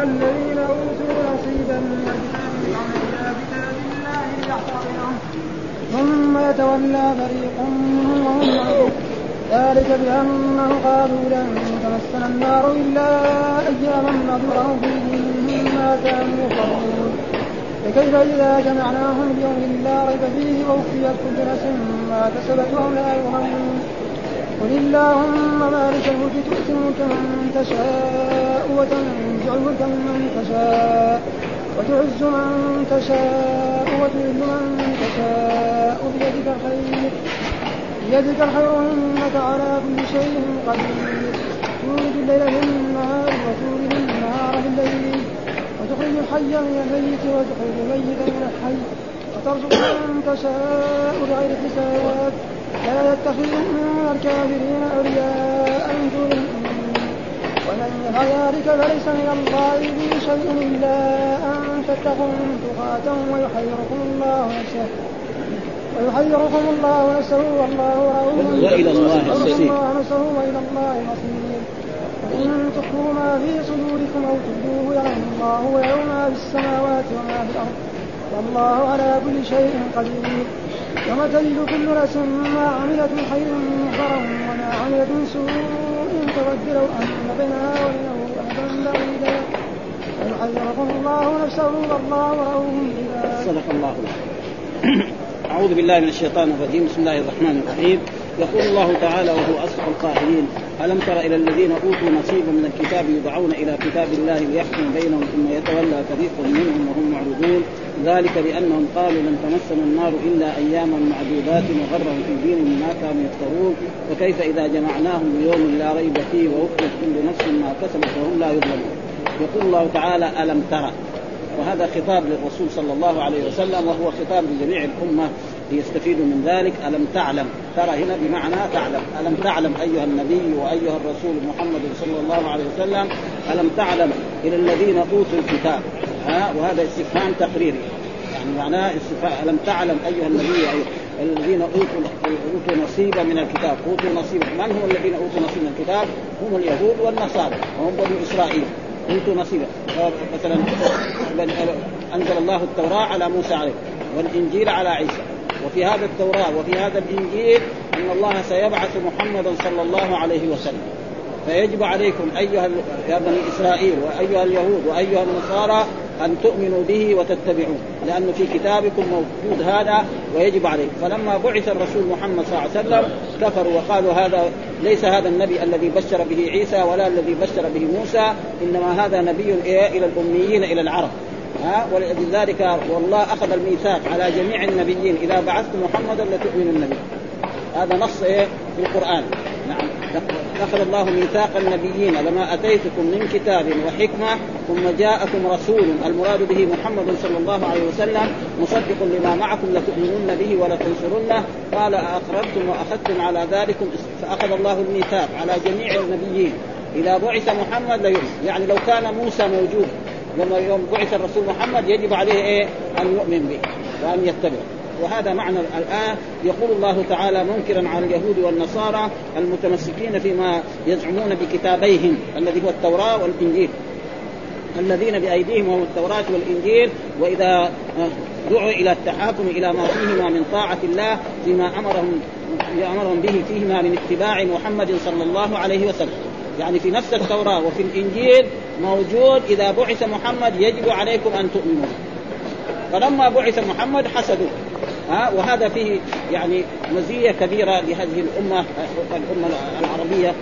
الذين أوتوا نصيبا من الكتاب إلى كتاب الله ليحتضنهم ثم يتولى فريق منهم وهم معرضون ذلك بأنه قالوا لن تمسنا النار إلا أياما نظره فيه ما كانوا يفرحون فكيف إذا جمعناهم ليوم لا ريب فيه ووفيت كل نفس ما كسبت وهم لا يظلمون قل اللهم مالك الملك تؤتي الملك من تشاء وتنزع الملك ممن تشاء وتعز من تشاء وتذل من تشاء بيدك الخير إنك على كل شيء قدير تولد الليل في النهار وتولد النهار في الليل وتخرج الحي من الميت وتخرج الميت من الحي وترزق من تشاء بغير حساب لا يتخذ من الكافرين أولياء من دون المؤمنين ومن يفعل ذلك فليس من الله به شيء إلا أن تتقوا منهم تقاة ويحذركم الله نفسه والله رؤوف وإلى الله المصير وإن تخفوا ما في صدوركم أو تبدوه يعلم الله ويعلم ما في السماوات وما في الأرض والله على كل شيء قدير يوم تجد كل نفس ما عملت من خير محضرا وما عملت من سوء تود لو أن بينها وبينه أمدا بعيدا ويحذركم الله نفسه والله رؤوف بالعباد. صدق الله. أعوذ بالله من الشيطان الرجيم. بسم الله الرحمن الرحيم. يقول الله تعالى وهو أصدق القائلين: ألم تر إلى الذين أوتوا نصيبا من الكتاب يدعون إلى كتاب الله ليحكم بينهم ثم يتولى فريق منهم وهم معرضون ذلك بأنهم قالوا لن تمسنا النار إلا أياما معدودات وغرهم في دينهم ما كانوا يفترون فكيف إذا جمعناهم ليوم لا ريب فيه ووفيت كل نفس ما كسبت وهم لا يظلمون. يقول الله تعالى: ألم تر، وهذا خطاب للرسول صلى الله عليه وسلم وهو خطاب لجميع الأمة ليستفيدوا من ذلك. ألم تعلم، ترى هنا بمعنى تعلم. ألم تعلم أيها النبي وأيها الرسول محمد صلى الله عليه وسلم، ألم تعلم إلى الذين أوتوا الكتاب، وهذا استفهام تقريري، يعني معناه استفهام. ألم تعلم أيها النبي الذين أوتوا نصيبا من الكتاب. أوتوا نصيبا، من هم الذين أوتوا نصيبا من الكتاب؟ هم اليهود والنصارى وهم بنو إسرائيل. أوتوا نصيبا، مثلا أنزل الله التوراة على موسى عليه والإنجيل على عيسى، وفي هذا التوراة وفي هذا الإنجيل أن الله سيبعث محمدا صلى الله عليه وسلم، فيجب عليكم أيها يا بني إسرائيل وأيها اليهود وأيها النصارى أن تؤمنوا به وتتبعوه، لأنه في كتابكم موجود هذا ويجب عليكم. فلما بعث الرسول محمد صلى الله عليه وسلم كفروا وقالوا هذا ليس هذا النبي الذي بشر به عيسى ولا الذي بشر به موسى، إنما هذا نبي إلى الأميين إلى العرب. ولذلك والله أخذ الميثاق على جميع النبيين: إذا بعثت محمدا لتؤمنن به. هذا نص في القرآن. نعم، أخذ الله ميثاق النبيين: لما أتيتكم من كتاب وحكمة ثم جاءكم رسول، المراد به محمد صلى الله عليه وسلم، مصدق لما معكم لتؤمنون به ولتنصرنه، قال أقررتم وأخذتم على ذلكم. فأخذ الله الميثاق على جميع النبيين: إذا بعث محمد ليؤمن. يعني لو كان موسى موجود لما يوم بعث الرسول محمد يجب عليه أن يؤمن به وأن يتبع. وهذا معنى الآية. يقول الله تعالى منكرا على اليهود والنصارى المتمسكين فيما يزعمون بكتابيهم الذي هو التوراة والإنجيل، الذين بأيديهم هم التوراة والإنجيل، وإذا دعوا إلى التحاكم إلى ما فيهما من طاعة الله فيما أمرهم به فيهما من اتباع محمد صلى الله عليه وسلم. يعني في نفس التوراة وفي الإنجيل موجود: إذا بعث محمد يجب عليكم أن تؤمنوا. فلما بعث محمد حسدوا. وهذا فيه يعني مزية كبيرة لهذه الأمة العربية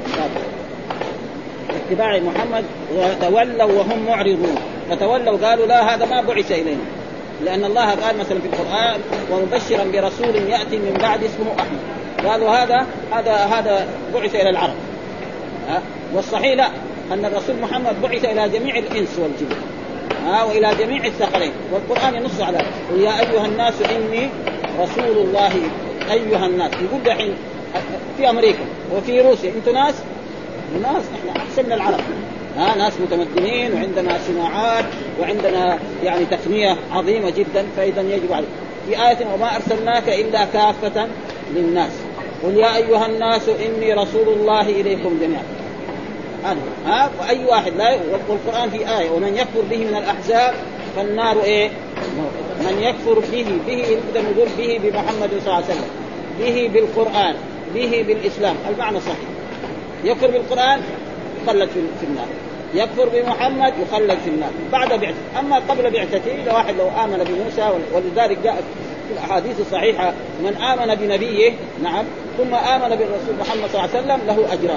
اتباع محمد. وتولوا وهم معرضون، فتولوا قالوا لا، هذا ما بعث إلينا، لأن الله قال مثلا في القرآن: ومبشرا برسول يأتي من بعد اسمه أحمد. قالوا هذا بعث إلى العرب. والصحيح لا، أن الرسول محمد بعث إلى جميع الإنس والجن وإلى جميع الثقلين، والقرآن ينص على قل يا أيها الناس إني رسول الله. أيها الناس يقول دحين في أمريكا وفي روسيا أنتم ناس نحن أحسن من العرب، ناس متمدنين وعندنا صناعات وعندنا يعني تقنية عظيمة جدا، فإذا يجب عليك. في آية: وما أرسلناك إلا كافة للناس قل يا أيها الناس إني رسول الله إليكم جميعا. عنه. وأي واحد لا والقرآن في آية ومن يكفر به من الأحزاب فالنار إيه؟ من يكفر به نقدر نقول به بمحمد صلى الله عليه وسلم، به بالقرآن، به بالإسلام، المعنى صحيح. يكفر بالقرآن يخلد في النار، يكفر بمحمد يخلد في النار بعد بعثته. أما قبل بعثته لو واحد لو آمن بموسى، ولذلك جاءت في الأحاديث الصحيحة من آمن بنبيه نعم ثم آمن بالرسول محمد صلى الله عليه وسلم له أجران.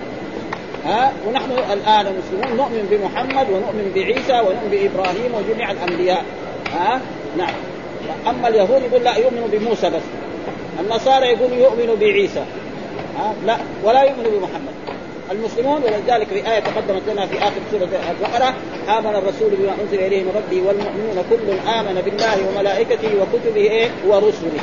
ونحن الآن المسلمون نؤمن بمحمد ونؤمن بعيسى ونؤمن بإبراهيم وجميع الأنبياء. نعم. أما اليهود يقول لا يؤمنوا بموسى بس، النصارى يقول يؤمنوا بعيسى لا ولا يؤمنوا بمحمد. المسلمون ولذلك في آية تقدمت لنا في آخر سورة البقرة آمن الرسول بما أنزل إليه من ربه والمؤمنون كل آمن بالله وملائكته وكتبه ورسله.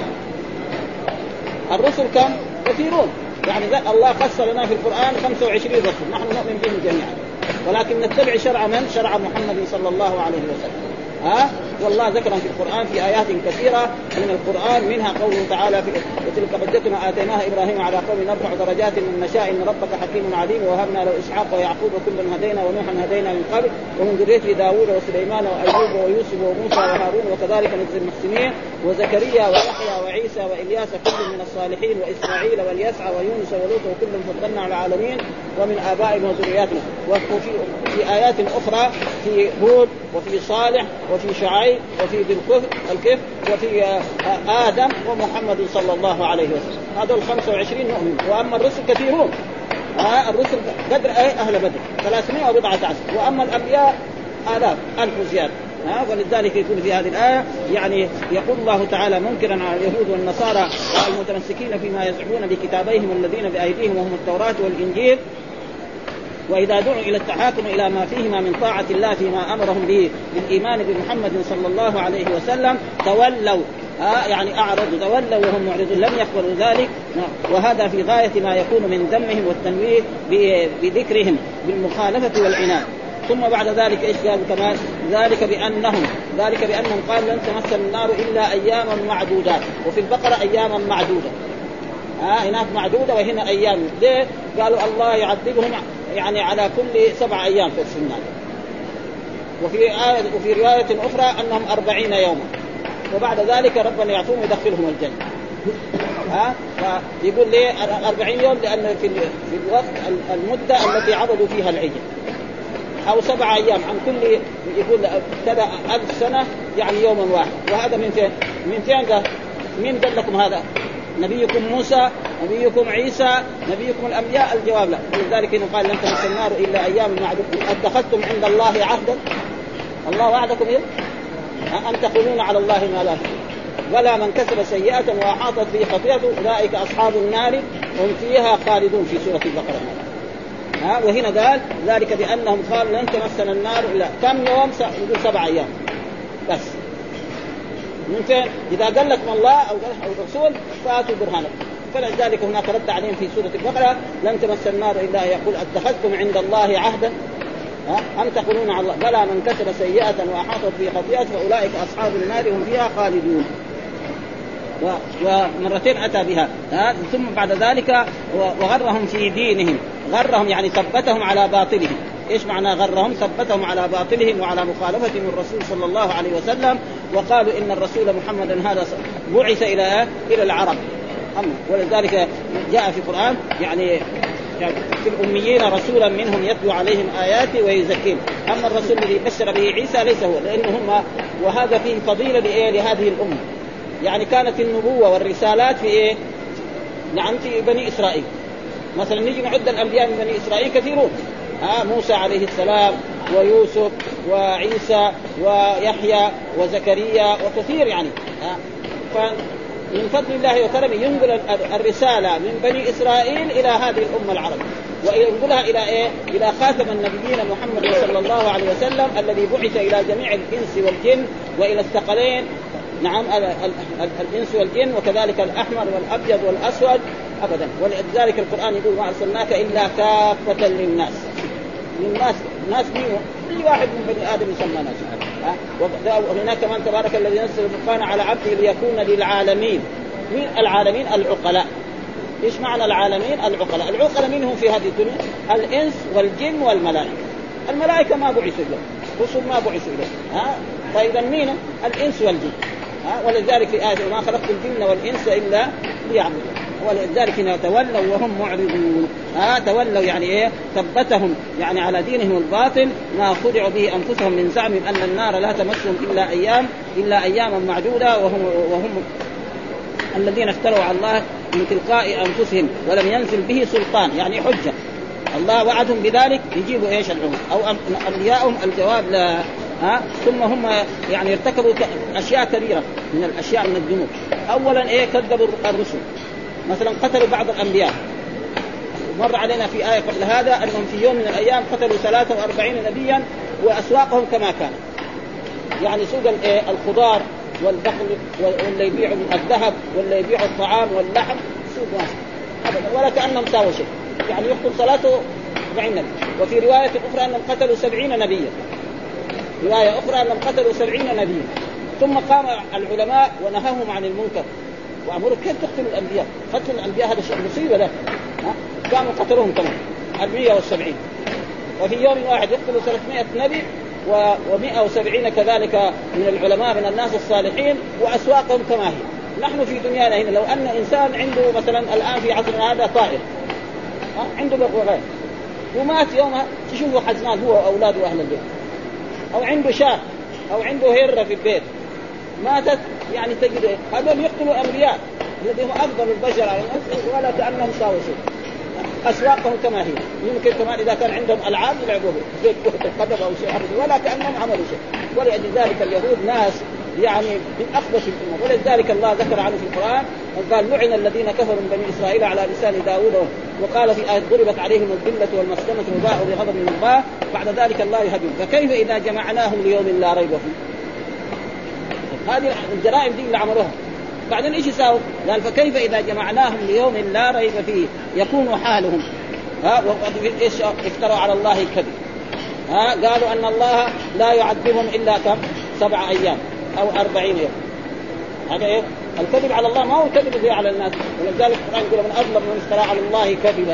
الرسل كم؟ كثيرون، يعني الله خص لنا في القرآن 25 رسول، نحن نؤمن بهم جميعا، ولكن نتبع شرع من؟ شرع محمد صلى الله عليه وسلم. والله ذكرهم في القرآن في آيات كثيرة من القرآن، منها قوله تعالى في وتلك حجتنا آتيناها إبراهيم على قوم نرفع درجات من نشاء إن ربك حكيم عليم ووهبنا له إسحاق ويعقوب كلا هدينا ونوحا هدينا من قبل ومن ذريته داوود وسليمان وأيوب ويوسف وموسى وهارون وكذلك نجزي المحسنين وزكريا ويحيى وعيسى وإلياس كل من الصالحين وإسماعيل واليسع ويونس ولوط وكل فضلنا على العالمين ومن آبائهم وذرياتنا. وفي آيات أخرى في هود وفي صالح وفي شعيب وفي ذي الكفر وفي آدم ومحمد صلى الله عليه وسلم. هذول 25 نؤمن. وأما الرسل كثيرون، الرسل قدر أهل بدر 314، وأما الأنبياء آلاف ألف زيادة. ولذلك يقول في هذه الآية يعني يقول الله تعالى منكرا على اليهود والنصارى المتمسكين فيما يزعمون بكتابيهم الذين بأيديهم وهم التوراة والإنجيل، وإذا دعوا إلى التحاكم إلى ما فيهما من طاعة الله فيما أمرهم به بالإيمان بمحمد صلى الله عليه وسلم تولوا، يعني أعرضوا، تولوا وهم معرضون، لم يقبلوا ذلك. وهذا في غاية ما يكون من ذمهم والتنويه بذكرهم بالمخالفة والعناد. ثم بعد ذلك إيش قالوا كمان؟ ذلك بأنهم قال لن تمس النار إلا أياما معدودات، وفي البقرة أياما معدودة، هناك معدودة وهنا أيام. ليه؟ قالوا الله يعذبهم يعني على كل 7 أيام في السنة. وفي رواية أخرى أنهم 40 يوما، وبعد ذلك ربنا يعفوهم ويدخلهم الجنة. فيقول ليه 40 يوم؟ لأن في الوقت المدة التي عبدوا فيها العجل، أو 7 أيام عن كل يقول كذا 1000 سنة يعني يوما واحد. وهذا من فين ده؟ من قال لكم هذا؟ نبيكم موسى، نبيكم عيسى، نبيكم الأنبياء؟ الجواب لا. ولذلك قال لن تمس النار إلا أيام معدودة. اتخذتم عند الله عهدا؟ الله وعدكم إيه؟ أن تقولون على الله ما لا تقولون. ولا من كسب سيئة وأحاطت به خطيئته أولئك أصحاب النار هم فيها خالدون في سورة البقرة. وهنا قال ذلك بأنهم قالوا لن تمسنا النار إلا كم يوم؟ يقول 7 أيام بس. ممكن إذا قال لكم الله أو الرسول فآتوا برهانكم. فلذلك هناك رد عليهم في سورة البقرة لن تمس النار إلا يقول اتخذتم عند الله عهدا أم تقولون على الله بلى من كسب سيئة وأحاطت به خطيئته فأولئك أصحاب النار هم فيها خالدون. ومرتين أتى بها. ثم بعد ذلك وغرهم في دينهم، غرهم يعني ثبتهم على باطلهم. إيش معنى غرهم؟ ثبتهم على باطلهم وعلى مخالفتهم الرسول صلى الله عليه وسلم، وقالوا إن الرسول محمدا هذا بعث إلى العرب. ولذلك جاء في القرآن يعني في الأميين رسولا منهم يتلو عليهم آياتي ويزكيهم. أما الرسول الذي بشر به عيسى ليس هو، لأنهم وهذا فيه فضيلة لهذه الأمة. يعني كانت النبوة والرسالات في يعني في بني إسرائيل. مثلا نيجي نعد الأنبياء من بني إسرائيل كثيرون، موسى عليه السلام ويوسف وعيسى ويحيى وزكريا وكثير يعني. فمن فضل الله وكرمه ينقل الرسالة من بني إسرائيل إلى هذه الأمة العربية، وينقلها إلى إلى خاتم النبيين محمد صلى الله عليه وسلم الذي بعث إلى جميع الإنس والجن وإلى الثقلين. نعم الإنس والجن، وكذلك الأحمر والأبيض والأسود أبدا. ولذلك القرآن يقول ما أرسلناك إلا كافة للناس. الناس مين؟ كل واحد من بني آدم يسمى ناس. وهناك كمان تبارك الذي نزل الفرقان على عبده ليكون للعالمين. من العالمين؟ العقلاء. إيش معنى العالمين؟ العقلاء. العقلاء منهم في هذه الدنيا الإنس والجن والملائكة. الملائكة ما بعثوا لهم، رسل ما بعثوا لهم، فإذا مين؟ الإنس والجن. ولذلك في آية ما خلقت الجن والإنس إلا ليعبدون. ولذلك هنا تولوا وهم معرضون. تولوا يعني إيه؟ ثبتهم يعني على دينهم الباطل ما خدعوا به أنفسهم من زعمهم أن النار لا تمسهم إلا أياما معدودة، وهم الذين افتروا على الله من تلقاء أنفسهم ولم ينزل به سلطان، يعني حجة الله وعدهم بذلك يجيبوا إيش العهود أو أنبياءهم الجواب لا. ثم هم يعني ارتكبوا أشياء كبيرة من الأشياء من الذنوب. أولا إيه؟ كذبوا الرسل، مثلا قتلوا بعض الأنبياء. مر علينا في آية قبل هذا أنهم في يوم من الأيام قتلوا 43 نبيا وأسواقهم كما كان، يعني سوق الخضار والبقل واللي يبيعوا الذهب واللي يبيعوا الطعام واللحم سوق ناس أبدا ولا كأنهم ساووا شيء، يعني يقتل 43 نبي. وفي رواية أخرى أنهم قتلوا 70 نبيا، رواية أخرى أنهم قتلوا 70 نبيا. ثم قام العلماء ونهاهم عن المنكر وأمروا كيف تقتلوا الأنبياء؟ قتل الأنبياء هذا شيء مصيبة له. قاموا قتلوهم كمان 170. وفي يوم واحد يقتلوا 300 نبي و170 كذلك من العلماء من الناس الصالحين وأسواقهم كما هي. نحن في دنيانا هنا لو أن إنسان عنده مثلا الآن في عصرنا هذا طائر عنده بغبغان ومات يومها تشوفه حزنان هو وأولاده وأهل البيت، أو عنده شاة أو عنده هرة في البيت ماتت، يعني تجد هذول يقتلوا أنبياء الذين هم أفضل البشر على الناس ولا كأنهم ساووا شيء. أسواقهم كما هي، يمكن كمان إذا كان عندهم ألعاب يلعبوا زي كرة القدم أو شيء ولا كأنهم عملوا شيء. ولذلك اليهود ناس يعني من أخبث الأمور، ولذلك الله ذكر عنه في القرآن قال لعن الذين كفروا من بني إسرائيل على لسان داود، وقال في آية ضربت عليهم الذلة والمسكنة وباءوا بغضب من الله بعد ذلك الله يهديهم. فكيف إذا جمعناهم ليوم لا ريب فيه؟ هذه الجرائم دي اللي عملوها. بعدين إيش يساووا؟ قال فكيف إذا جمعناهم ليوم لا ريب فيه يكون حالهم وقد إيش افتروا على الله الكذب. قالوا أن الله لا يعذبهم إلا كم 7 أيام أو 40 يوم. هذا إيه؟ الكذب على الله ما هو كذب فيه على الناس. ولذلك القرآن يقول من أظلم من افترى على الله كذبا.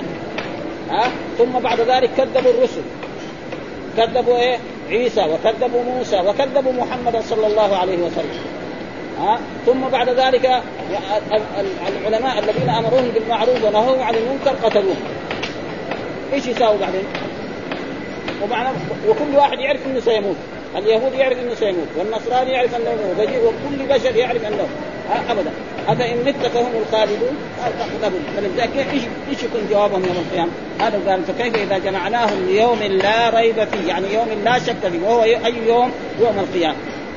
ثم بعد ذلك كذبوا الرسل، كذبوا إيه؟ عيسى وكذبوا موسى وكذبوا محمد صلى الله عليه وسلم. ثم بعد ذلك العلماء الذين أمروهم بالمعروف ونهوهم عن المنكر قتلوهم. إيش يساووا بعدين؟ وكل واحد يعرف إنه سيموت. اليهود يعرف إنه سيموت، والنصراني يعرف أنه يموت، وكل بشر يعرف أنه أبدا أفإن مت فهم الخالدون. فلذلك إيش يكون جوابهم يوم القيامة؟ هذا قال فكيف إذا جمعناهم ليوم لا ريب فيه، يعني يوم لا شك فيه، وهو أي يوم؟ يوم القيامة.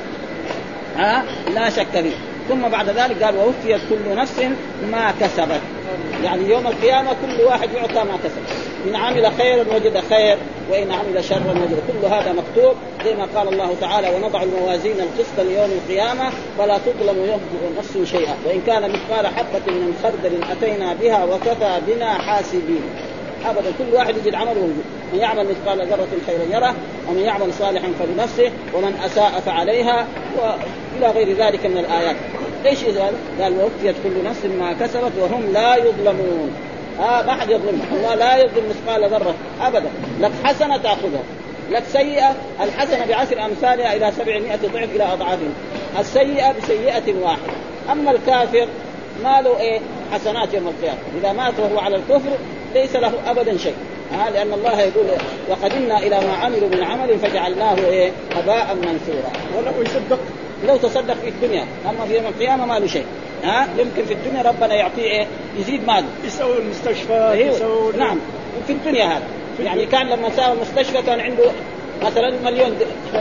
لا شك فيه. ثم بعد ذلك قال ووفيت كل نفس ما كسبت، يعني يوم القيامة كل واحد يعطى ما كسب، إن عمل خيرا وجد خير وإن عمل شرا وجد. كل هذا مكتوب زي ما قال الله تعالى ونضع الموازين القسط ليوم القيامة فلا تظلم نفس شيئا وإن كان مثقال حبة من خردل أتينا بها وكفى بنا حاسبين. أبدا كل واحد يجد عمله، من يعمل مثقال ذرة خيرا يره ومن يعمل صالحا فلنفسه ومن أساء فعليها وإلى غير ذلك من الآيات. إيش هذا؟ قال ووفيت كل نفس ما كسبت وهم لا يظلمون. ما حد يظلم، الله لا يظلم مثقال ذرة أبدا. لك حسنة تأخذها، لك سيئة الحسنة ب10 أمثالها إلى 700 ضعف إلى أضعاف، السيئة بسيئة واحدة. أما الكافر ما له إيه؟ حسنات يوم القيامة، إذا مات وهو على الكفر ليس له أبدا شيء. لأن الله يقول وقدمنا إلى ما عملوا من عمل فجعلناه إيه؟ هباء منثورا. ولو يصدق لو تصدق في الدنيا، أما في يوم القيامة ما له شيء. يمكن في الدنيا ربنا يعطيه إيه؟ يزيد ماله، يسوي المستشفى يسوي نعم في الدنيا هذا. يعني كان لما ساوى المستشفى كان عنده مثلا $1,000,000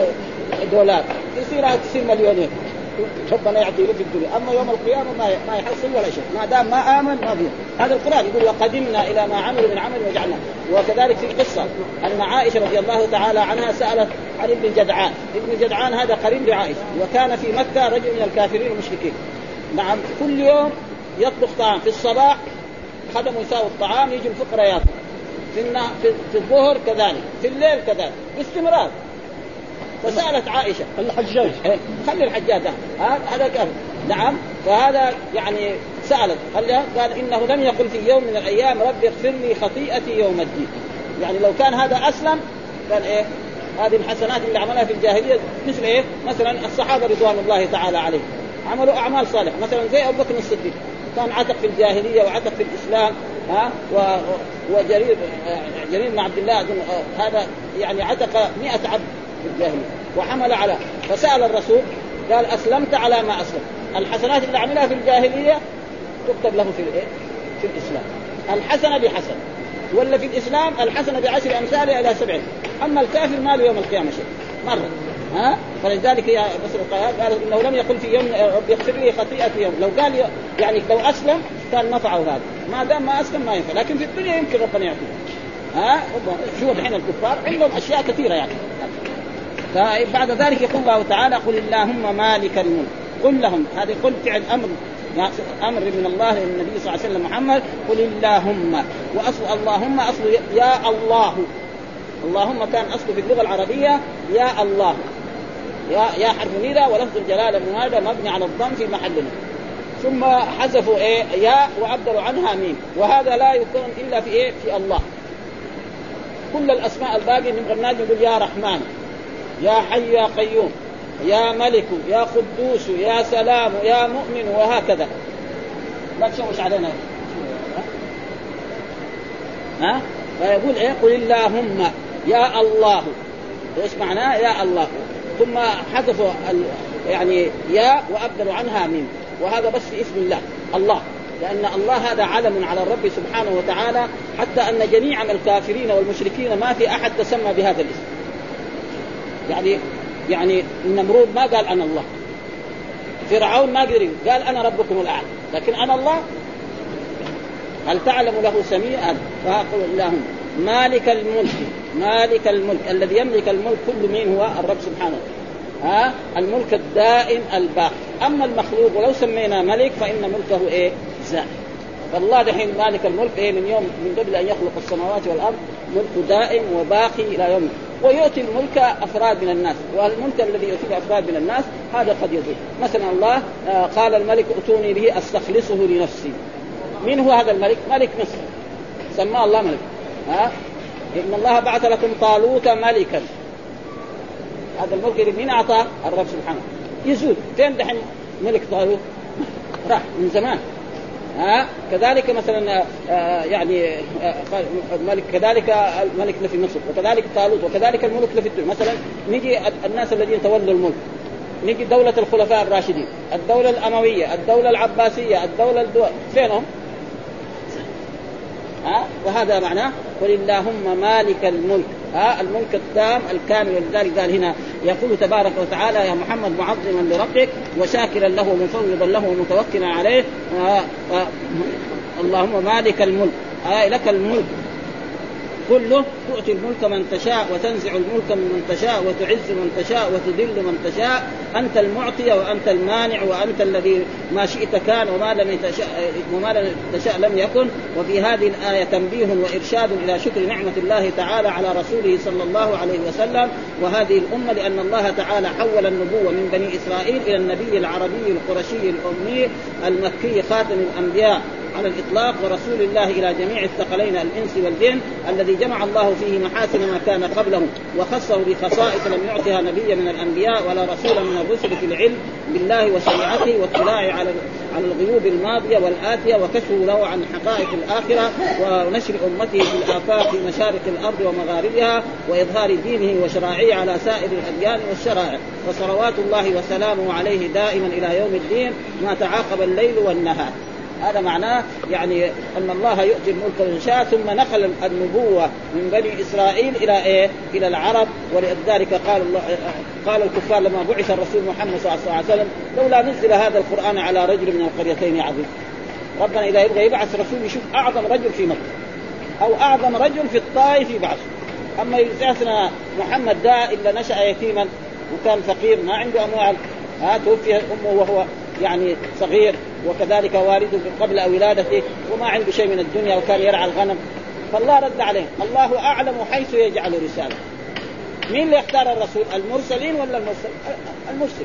يصير 90 مليون ربنا يعطيه في الدنيا. أما يوم القيامة ما يحصل ولا شيء، ما دام ما آمن ما فيه. هذا القرآن يقول وقدمنا إلى ما عملوا من عمل وجعلنا. وكذلك في قصة أن عائشة رضي الله تعالى عنها سألت عن ابن جدعان. ابن جدعان هذا قريب لعائشة، وكان في مكة رجل من الكافرين المشركين. نعم كل يوم يطبخ طعام، في الصباح خدموا يساووا الطعام يجوا الفقراء ياكلوا، في الظهر كذلك، في الليل كذلك باستمرار. فسألت عائشة الحجاج خلي الحجاج هذا كافر. نعم فهذا يعني سألت قال إنه لم يقل في يوم من الأيام رب اغفر لي خطيئتي يوم الدين. يعني لو كان هذا أسلم كان إيه هذه الحسنات اللي عملها في الجاهلية مثل إيه مثلا الصحابة رضوان الله تعالى عليهم عملوا أعمال صالحة مثلا زي أبو بكر الصديق كان عتق في الجاهلية وعتق في الإسلام وجرير بن عبد الله هذا يعني عتق 100 عبد في الجاهلية وحمل على فسأل الرسول قال أسلمت على ما أسلم الحسنات اللي عملها في الجاهلية تكتب له في الإسلام الحسنة بحسن ولا في الإسلام الحسنة ب10 أمثالها إلى 7 أما الكافر ما له يوم القيامة شيء مرة فلذلك يا بصر القياد قال إنه لم يقل في يوم رب يغفر لي خطيئتي يوم لو قال يعني لو أسلم كان نفعه هذا ما دام ما أسلم ما ينفع لكن في الدنيا يمكن ربنا يعطيه شو الحين الكفار عندهم أشياء كثيرة يعني بعد ذلك يقول الله تعالى قل اللهم مالك الملك قل لهم هذه قل فعل أمر من الله للنبي صلى الله عليه وسلم محمد قل اللهم وأصل اللهم أصل يا الله اللهم كان أصله في اللغة العربية يا الله يا حرف نداء ولفظ الجلالة منادى مبني على الضم في محل ثم حذفوا يا وأبدلوا عنها ميم وهذا لا يكون إلا في في الله كل الأسماء الباقية من غناد يقول يا رحمن يا حي يا قيوم يا ملك يا قدوس يا سلام يا مؤمن وهكذا لا تشوش علينا فيقول قل اللهم يا الله ايش معناه يا الله ثم حذفوا يعني يا وأبدلوا عنها ميم وهذا بس في اسم الله الله لأن الله هذا علم على الرب سبحانه وتعالى حتى أن جميع الكافرين والمشركين ما في أحد تسمى بهذا الاسم يعني النمرود ما قال أنا الله فرعون ما قال أنا ربكم الأعلى لكن أنا الله هل تعلم له سميعا فأقول اللهم مالك الملك الذي يملك الملك كل مين هو الرب سبحانه الملك الدائم الباقي أما المخلوق ولو سمينا ملك فإن ملكه زائل فالله دحين مالك الملك من قبل أن يخلق السماوات والأرض ملك دائم وباقي إلى يوم ويؤتي الملك أفراد من الناس والملك الذي يؤتي أفراد من الناس هذا قد يزول مثلا الله قال الملك ائتوني به أستخلصه لنفسي من هو هذا الملك ملك مصر سماه الله ملك إن الله بعث لكم طالوت ملكا هذا الملك من أعطاه الرب سبحانه يزول فين دحين ملك طالوت راح من زمان كذلك مثلا يعني الملك كذلك الملك في مصر وكذلك طالوت وكذلك الملك في الدنيا مثلا نيجي الناس الذين تولوا الملك نيجي دولة الخلفاء الراشدين الدولة الأموية الدولة العباسية الدولة فينهم وهذا معناه قل اللهم مالك الملك الملك التام الكامل ولذلك قال هنا يقول تبارك وتعالى يا محمد معظما لربك وشاكرا له ومفوضا له ومتوكلا عليه اللهم مالك الملك لك الملك كله تؤتي الملك من تشاء وتنزع الملك من تشاء وتعز من تشاء وتذل من تشاء أنت المعطي وأنت المانع وأنت الذي ما شئت كان وما لم تشاء لم يكن. وفي هذه الآية تنبيه وإرشاد إلى شكر نعمة الله تعالى على رسوله صلى الله عليه وسلم وهذه الأمة لأن الله تعالى حول النبوة من بني إسرائيل إلى النبي العربي القرشي الأمي المكي خاتم الأنبياء على الإطلاق ورسول الله إلى جميع الثقلين الإنس والجن الذي جمع الله فيه محاسن ما كان قبله وخصه بخصائص لم يعطها نبيا من الأنبياء ولا رسولا من الرسل في العلم بالله وشريعته واطلاع على الغيوب الماضية والآتية وكشفه له عن حقائق الآخرة ونشر أمته في الآفاق في مشارق الأرض ومغاربها وإظهار دينه وشرائعه على سائر الأديان والشرائع وصلوات الله وسلامه عليه دائما إلى يوم الدين ما تعاقب الليل والنهار. هذا معناه يعني أن الله يؤتي الملك من شاء ثم نقل النبوة من بني إسرائيل إلى العرب. ولذلك قال الكفار لما بعث الرسول محمد صلى الله عليه وسلم لولا نزل هذا القرآن على رجل من القريتين عظيم. ربنا إذا يبغى يبعث رسول يشوف أعظم رجل في مكة أو أعظم رجل في الطائف يبعث. أما يبعثنا محمد دا إلا نشأ يتيما وكان فقير ما عنده أموال توفي أمه وهو يعني صغير وكذلك والده قبل ولادته وما عنده شيء من الدنيا وكان يرعى الغنم. فالله رد عليه الله أعلم حيث يجعل رسالة. مين اللي اختار الرسول المرسلين ولا المرسل؟ المرسل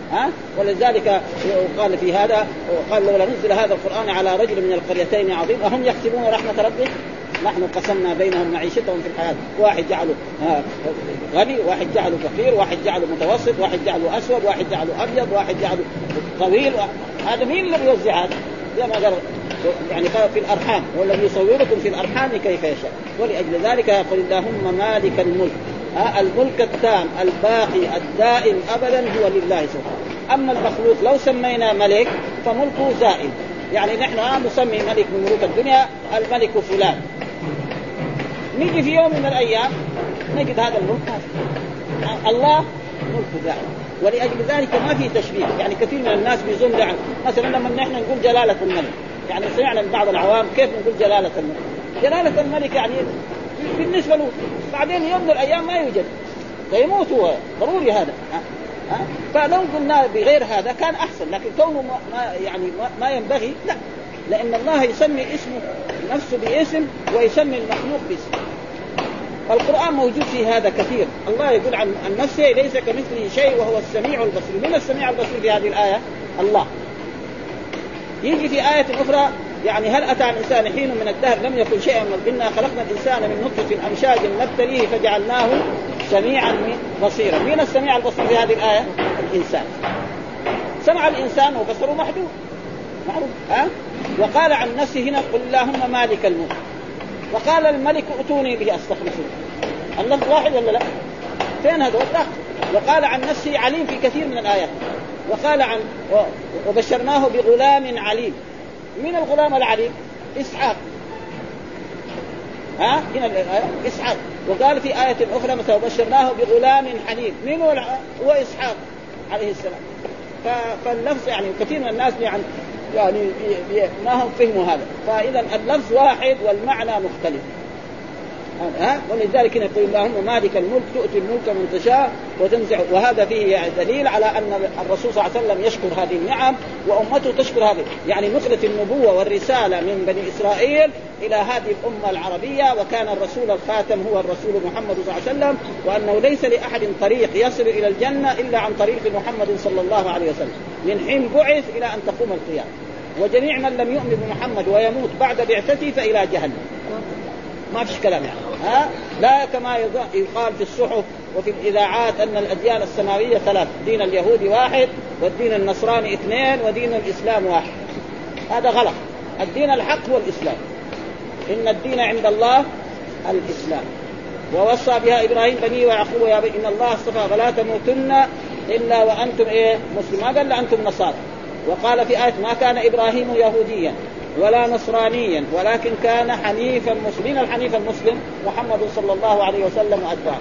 ولذلك قال في هذا وقال لولا نزل هذا القرآن على رجل من القريتين عظيم أهم يحسبون رحمة ربك نحن قسمنا بينهم معيشتهم في الحياة واحد جعله غني واحد جعله فقير واحد جعله متوسط واحد جعله أسود واحد جعله أبيض واحد جعله طويل هذا مين اللي بيوزع هذا؟ زي ما قال يعني في الأرحام والذي يصوركم في الأرحام كيف يشاء. ولأجل ذلك يقول اللهم مالك الملك الملك التام الباقي الدائم أبدا هو لله سبحانه. أما المخلوق لو سمينا ملك فملكه زائل يعني نحن نسمي ملك من ملوك الدنيا الملك فلان نيجي في يوم من الأيام نجد هذا الملك الله ملك زائل. ولأجل ذلك ما في تشبيه يعني كثير من الناس بيظن يعني مثلا لما نحن نقول جلالة الملك يعني سمعنا من بعض العوام كيف نقول جلالة الملك. جلالة الملك يعني بالنسبة له بعدين يوم من الأيام ما يوجد فيموت هو ضروري هذا فلو قلنا بغير هذا كان أحسن لكن كونه ما ينبغي لا لأن الله يسمي اسمه نفسه باسم ويسمي المخلوق باسم. القرآن موجود في هذا كثير. الله يقول عن نفسه ليس كمثله شيء وهو السميع البصير. من السميع البصير في هذه الآية؟ الله. يجي في آية أخرى يعني هل أتى الإنسان حين من الدهر لم يكن شيئا إنا خلقنا الإنسان من نطفة أمشاج نبتليه فجعلناه سميعا بصيرا. مين السميع البصير في هذه الآية؟ الإنسان. سمع الإنسان وبصره محدود معروف وقال عن نفسه هنا قل اللهم مالك الملك وقال الملك ائتوني به استخلصه. اللفظ واحد ولا لا؟ فين هذا والله؟ وقال عن نفسه عليم في كثير من الآيات وقال عن وبشرناه بغلام عليم. من الغلام العليم؟ إسحاق هنا إسحاق. وقال في آية أخرى مثلا وبشرناه بغلام حليم. من هو إسحاق عليه السلام. فاللفظ يعني كثير من الناس يعني ما هم فهموا هذا. فإذا اللفظ واحد والمعنى مختلف ولذلك يقول اللهم مالك الملك تؤتي الملك من تشاء وتنزع. وهذا فيه دليل على أن الرسول صلى الله عليه وسلم يشكر هذه النعم وأمته تشكر هذه يعني نقلت النبوة والرسالة من بني إسرائيل إلى هذه الأمة العربية وكان الرسول الخاتم هو الرسول محمد صلى الله عليه وسلم وأنه ليس لأحد طريق يصل إلى الجنة إلا عن طريق محمد صلى الله عليه وسلم من حين بعث إلى أن تقوم القيامة. وجميع من لم يؤمن بمحمد ويموت بعد بعثته فإلى جهنم. ما فيش كلام يعني لا كما يقال في الصحف وفي الإذاعات أن الأديان السماوية ثلاث دين اليهودي واحد والدين النصراني اثنين ودين الإسلام واحد. هذا غلط. الدين الحق هو الإسلام. إن الدين عند الله الإسلام ووصى بها إبراهيم بنيه ويعقوب يا بني إن الله اصطفى فلا تموتن إلا وأنتم مسلمون ما قال أنتم نصارى. وقال في آية ما كان إبراهيم يهوديا ولا نصرانيا ولكن كان حنيفا مسلما. الحنيف المسلم محمد صلى الله عليه وسلم وأتباعه.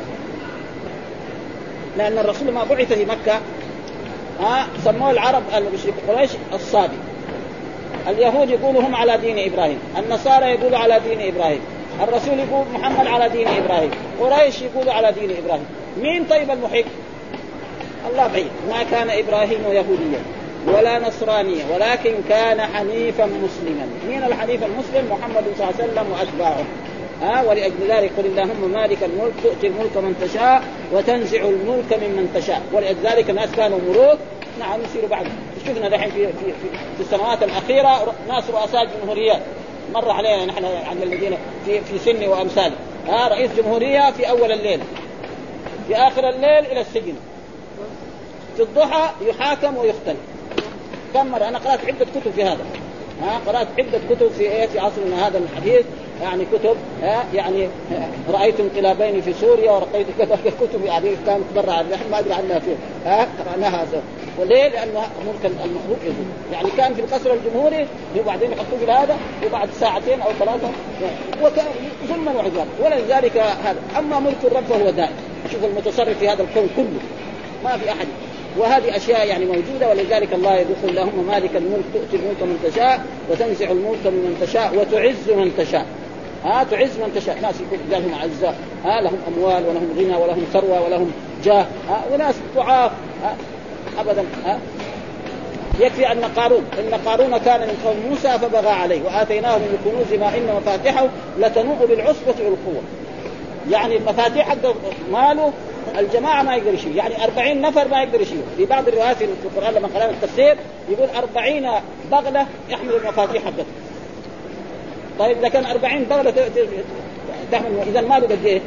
لأن الرسول ما بعث في مكة سموه العرب المشرك قريش الصابي. اليهود يقولوا هم على دين إبراهيم النصارى يقولوا على دين إبراهيم الرسول يقول محمد على دين إبراهيم قريش يقولوا على دين إبراهيم. مين طيب المحق؟ الله بعيد. ما كان إبراهيم يهوديا ولا نصرانيا ولكن كان حنيفا مسلما. مين الحنيف المسلم؟ محمد صلى الله عليه وسلم وأتباعه. ولأجل ذلك قل اللهم مالك الملك تؤتي الملك من تشاء وتنزع الملك ممن تشاء. ولأجل ذلك الناس كانوا ملوك نعم يصيروا بعد. شفنا دحين في السنوات الأخيرة ناس رؤساء جمهوريات مر علينا نحن عن الذين في سن وأمثاله رئيس جمهورية في أول الليل في آخر الليل إلى السجن في الضحى يحاكم ويختل. كم مرة أنا قرأت عدة كتب في هذا قرأت عدة كتب في عصرنا هذا الحديث يعني كتب يعني رأيت انقلابين في سوريا ورأيت كتب يعني كانت برا نحن ما أدري عنها فين قرأناها وليه؟ لأنه ملك المخلوق يزول. يعني كان في القصر الجمهوري وبعدين يحطوه إلى هذا وبعد ساعتين أو ثلاثة وكان ظلما وعدوانا. ولذلك هذا. أما ملك الرب فهو دائم. شوف المتصرف في هذا الكون كله ما في أحد. وهذه أشياء يعني موجودة. ولذلك الله يقول اللهم مالك الملك تؤتي الملك من تشاء وتنزع الملك من تشاء وتعز من تشاء. تعز من تشاء. ناس يكون لهم أعزاء لهم أموال ولهم غنى ولهم ثروة ولهم جاه وناس ضعاف أبدا. يكفي أن قارون كان من قوم موسى فبغى عليه وآتيناه من الكنوز ما إن مفاتحه لتنوء بالعصبة والقوة. يعني المفاتيح حق ماله الجماعة ما يقدر يشيل، يعني 40 نفر ما يقدر يشيل. في بعض الروايات في القرآن لما قرأنا التفسير يقول 40 بغلة يحمل المفاتيح حقته. طيب إذا كان 40 بغلة تحمل، إذا ما له قد إيه؟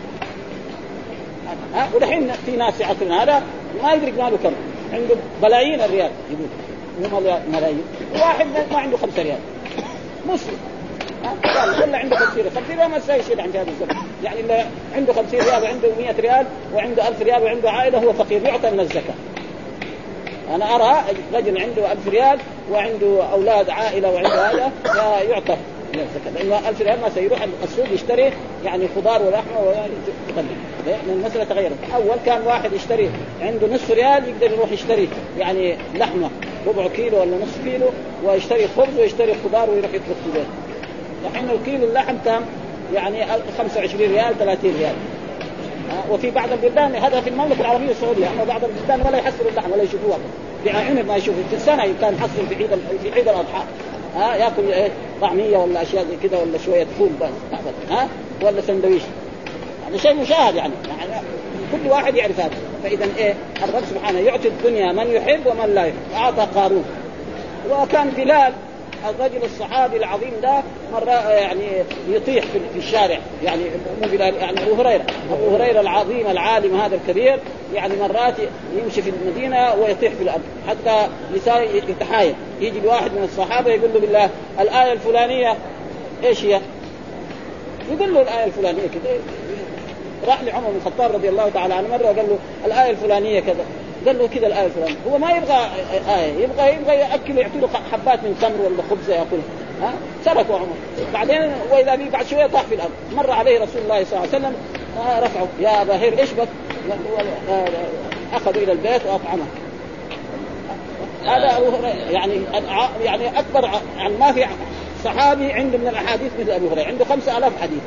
ودحين في ناس يعطون هذا ما يدرك ماله كم، عنده بلايين الريال، يقول مو ملايين، واحد ما عنده 5 ريال مسلم ولا عنده 50 ريال ما يشيل عند هذا الزمن. يعني اللي عنده 50 ريال وعنده 100 ريال وعنده 1000 ريال وعنده عائلة هو فقير يعطى من الزكاة. أنا أرى رجل عنده 1000 ريال وعنده أولاد عائلة وعنده هذا يعطى من الزكاة، لأنه 1000 ريال ما سيروح السوق يشتري يعني خضار ولحمة ويقلل. لأن المسألة تغيرت. أول كان واحد يشتري عنده نصف ريال يقدر يروح يشتري يعني لحمة ربع كيلو ولا نصف كيلو ويشتري خبز ويشتري خضار ويروح يطبخ في البيت. الحين الكيلو اللحم كم؟ يعني 25 ريال 30 ريال. وفي بعض البلدان هذا في المملكة العربية السعودية، أما بعض البلدان ولا يحصلوا اللحم ولا يشوفوها بعينهم ما يشوفوا. في السنة كان يحصل في عيد الأضحى يأكل طعمية ولا أشياء زي كذا ولا شوية فول بس ولا سندويش. هذا شيء مشاهد يعني كل واحد يعرف هذا. فإذا الرب سبحانه يعطي الدنيا من يحب ومن لا يحب. أعطى قارون، وكان بلال الرجل الصحابي العظيم ده مرة يعني يطيح في الشارع، يعني مو بلال يعني أبو هريرة العظيم العالم هذا الكبير، يعني مرات يمشي في المدينة ويطيح في الأرض حتى نساء يتحايل. يجي واحد من الصحابة يقول له بالله الآية الفلانية إيش هي؟ يقول له الآية الفلانية كذا. راح لعمر بن الخطاب رضي الله تعالى عنه مرة وقال له الآية الفلانية كذا، قال له كذا الآية الفلانية. هو ما يبغى آية، يبغى يأكل يعطي له حبات من تمر ولا خبز يأكلها. تركه عمر. بعدين وإذا به بعد شوية طاح في الأرض. مر عليه رسول الله صلى الله عليه وسلم رفعه يا أبا هير إيش بك؟ أخذوا إلى البيت وأطعمه. هذا يعني أكبر يعني ما في صحابي عنده من الأحاديث مثل أبو هريرة، عنده 5000 حديث.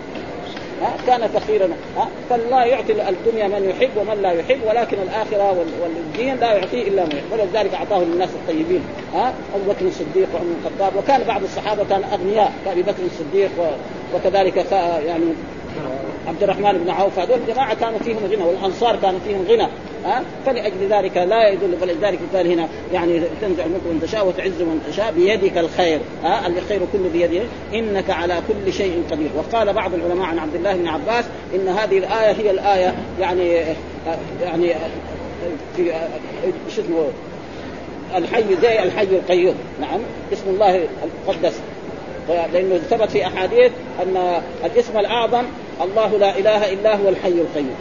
كان فخيرا. فالله يعطي الدنيا من يحب ومن لا يحب، ولكن الآخرة والدين لا يعطيه إلا من يحب. ولذلك أعطاه للناس الطيبين أبو بكر الصديق وعمر بن الخطاب. وكان بعض الصحابة كان أغنياء كأبي بكر الصديق وكذلك يعني عبد الرحمن بن عوف. هذول الجماعة كانوا فيهم غنى، والأنصار كانوا فيهم غنى. فلأجل ذلك لا يدل. فلذلك قال هنا يعني تنزع الملك من تشاء وتعز من تشاء بيدك الخير. الخير كله بيده إنك على كل شيء قدير. وقال بعض العلماء عن عبد الله بن عباس إن هذه الآية هي الآية يعني في شو اسمه الحي زي الحي القيوم. نعم اسم الله المقدس، لأنه ثبت في أحاديث أن الاسم الأعظم الله لا إله إلا هو الحي القيوم.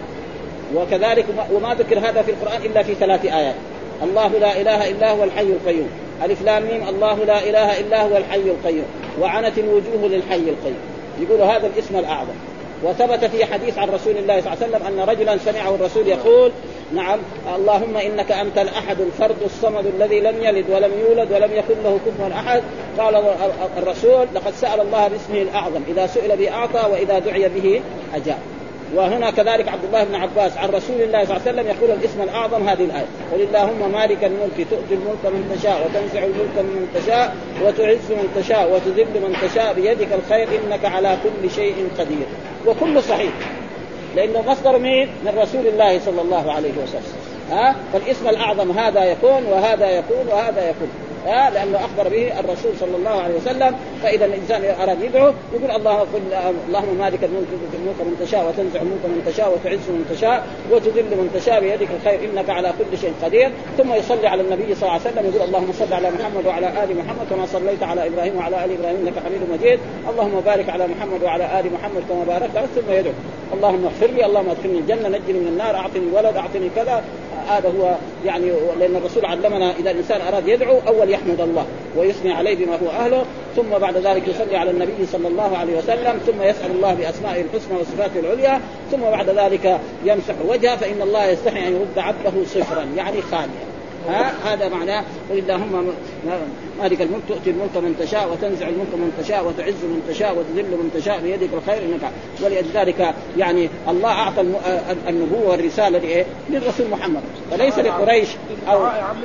وكذلك وما ذكر هذا في القرآن إلا في 3 آيات. الله لا إله إلا هو الحي القيوم، ألف لام ميم الله لا إله إلا هو الحي القيوم، وعنت الوجوه للحي القيوم. يقولوا هذا الاسم الأعظم. وثبت في حديث عن رسول الله صلى الله عليه وسلم أن رجلا سمعه الرسول يقول نعم اللهم إنك أنت الأحد الفرد الصمد الذي لم يلد ولم يولد ولم يكن له كفوا أحد. قال الرسول لقد سأل الله باسمه الأعظم، إذا سئل به أعطى وإذا دعي به أجاب. وهنا كذلك عبد الله بن عباس عن رسول الله صلى الله عليه وسلم يقول الاسم الأعظم هذه الآية: قل اللهم مالك الملك تؤتي الملك من تشاء وتنزع الملك من تشاء وتعز من تشاء وتذل من تشاء بيدك الخير إنك على كل شيء قدير. وكل صحيح لأنه مصدر من رسول الله صلى الله عليه وسلم. فالاسم الأعظم هذا يكون وهذا يكون وهذا يكون، لأنه أخبر به الرسول صلى الله عليه وسلم. فإذا الإنسان أراد يدعو يقول اللهم مالك الملك تؤتي الملك من تشاء وتنزع الملك من تشاء وتعز من تشاء وتذل من تشاء بيدك الخير إنك على كل شيء قدير. ثم يصلي على النبي صلى الله عليه وسلم يقول اللهم صل على محمد وعلى آل محمد كما صليت على إبراهيم وعلى آل إبراهيم إنك حميد مجيد. اللهم بارك على محمد وعلى آل محمد كما باركت على. ثم يدعو اللهم اغفر لي، اللهم ادخلني الجنة، نجني من النار، أعطني ولد، أعطني كذا. هذا هو يعني لأن الرسول علمنا إذا الإنسان أراد يدعو أول يحمد الله ويثني عليه بما هو أهله، ثم بعد ذلك يصلي على النبي صلى الله عليه وسلم، ثم يسأل الله بأسمائه الحسنى وصفاته العليا، ثم بعد ذلك يمسح وجهه، فإن الله يستحي أن يرد عبده صفرا يعني خاليا. هذا معناه اللهم مالك الملك تؤتي الملك من تشاء وتنزع الملك من تشاء وتعز من تشاء وتذل من تشاء بيدك الخير إنك. ولذلك يعني الله أعطى النبوة والرسالة للرسول محمد، فليس لقريش أو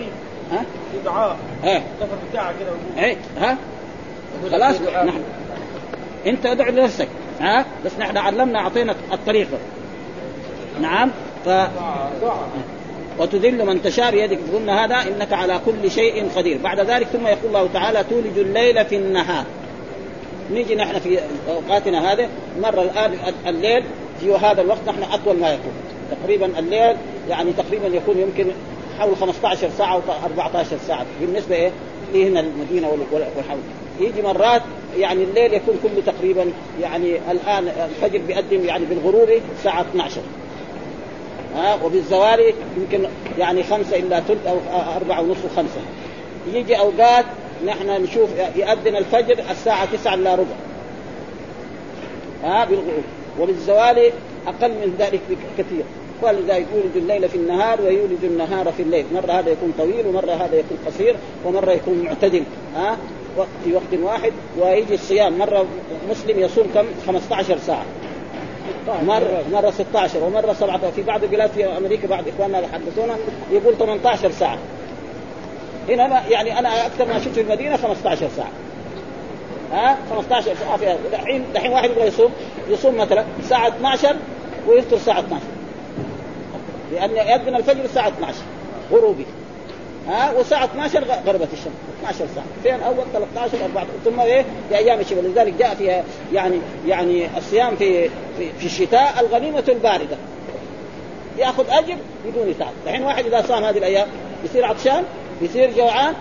دعاء دعاء كده خلاص. نحن أنت ادع لنفسك بس نحن علمنا أعطينا الطريقة. نعم وتذل من تشاء بيدك. قلنا هذا إنك على كل شيء قدير. بعد ذلك ثم يقول الله تعالى تولج الليل في النهار. نيجي نحن في أوقاتنا هذه مرة الآن الليل في هذا الوقت نحن أطول ما يكون تقريبا الليل، يعني تقريبا يكون يمكن حول 15 ساعة أو 14 ساعة بالنسبة إيه لهنا المدينة والحول. يجي مرات يعني الليل يكون كله تقريبا يعني الآن الفجر بيقدم يعني بالغروب الساعة 12 وبالزوال يمكن يعني 5 إلا ثلث أو 4 ونصف 5. يجي أوقات نحن نشوف يؤذن الفجر الساعة 9 إلا ربع بالغروب، وبالزوال أقل من ذلك كثير. ولذلك يولد الليل في النهار ويولد النهار في الليل، مرة هذا يكون طويل ومرة هذا يكون قصير ومرة يكون معتدل في وقت واحد. ويجي الصيام مرة مسلم يصوم كم 15 ساعة، مرة 16 ومرة 17. في بعض البلاد في أمريكا بعض إخواننا حدثونا يقول 18 ساعة. هنا يعني أنا أكثر ما شفت في المدينة 15 ساعة 15 ساعة فيها. دحين واحد يبغى يصوم مثلا الساعة 12 ويفطر الساعة 12، لأن يأذن الفجر الساعة 12 غروبي والساعة 12 غربت الشمس 12 ساعة. فين أول 13 14 ثم إيه في أيام الشتاء. لذلك جاء فيها يعني الصيام في الشتاء الغنيمة الباردة يأخذ أجر بدون تعب. الحين واحد إذا صام هذه الأيام يصير عطشان يصير جوعان،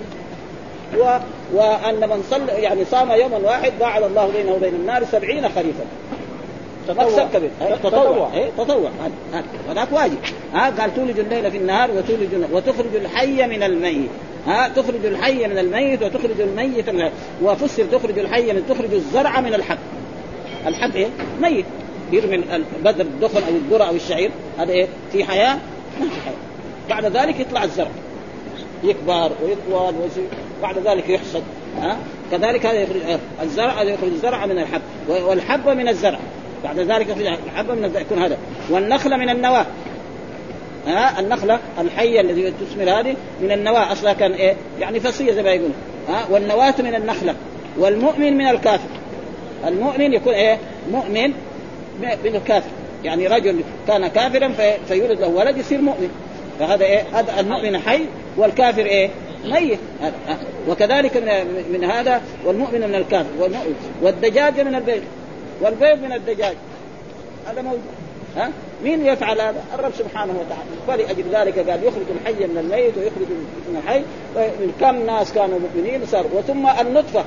وأن من صلى يعني صام يوما واحد باعد الله بينه وبين النار 70 خريفا. مكسب كبير تطوع هذاك واجب. قال تولج الليل في النهار وتخرج الحي من الميت تخرج الحي من الميت وتخرج الميت من وفسر تخرج الحي من تخرج الزرع من الحب. الحب إيه ميت يرمي البذر الدخن أو الذرة أو الشعير هذا إيه في حياة ما في حياة. بعد ذلك يطلع الزرع يكبر ويطول بعد ذلك يحصد. كذلك هذا يخرج الزرع هذا يخرج الزرع من الحب والحب من الزرع. بعد ذلك يخرج الحب من يكون هذا. والنخلة من النواة النخلة الحية الذي تثمر هذه من النواة أصلا كان إيه يعني فصية زي ما يقول. والنواة من النخلة. والمؤمن من الكافر. المؤمن يكون إيه مؤمن من الكافر، يعني رجل كان كافرا فيولد له ولد يصير مؤمن، فهذا إيه هذا المؤمن حي والكافر إيه ميت. وكذلك من هذا والمؤمن من الكافر والدجاج من البيض والبيض من الدجاج هذا موجود. مين يفعل هذا؟ الرب سبحانه وتعالى. فلأجل ذلك قال يخرج الحي من الميت ويخرج من الحي. من كم ناس كانوا مؤمنين صاروا. وثم النطفة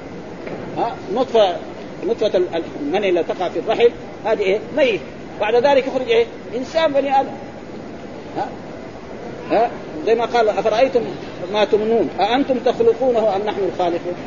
نطفة المني اللي تقع في الرحم هذه إيه ميت. بعد ذلك يخرج إيه إنسان بني آدم. زي ما قال أفرأيتم ما تمنون أأنتم تخلقونه أم نحن الخالقون.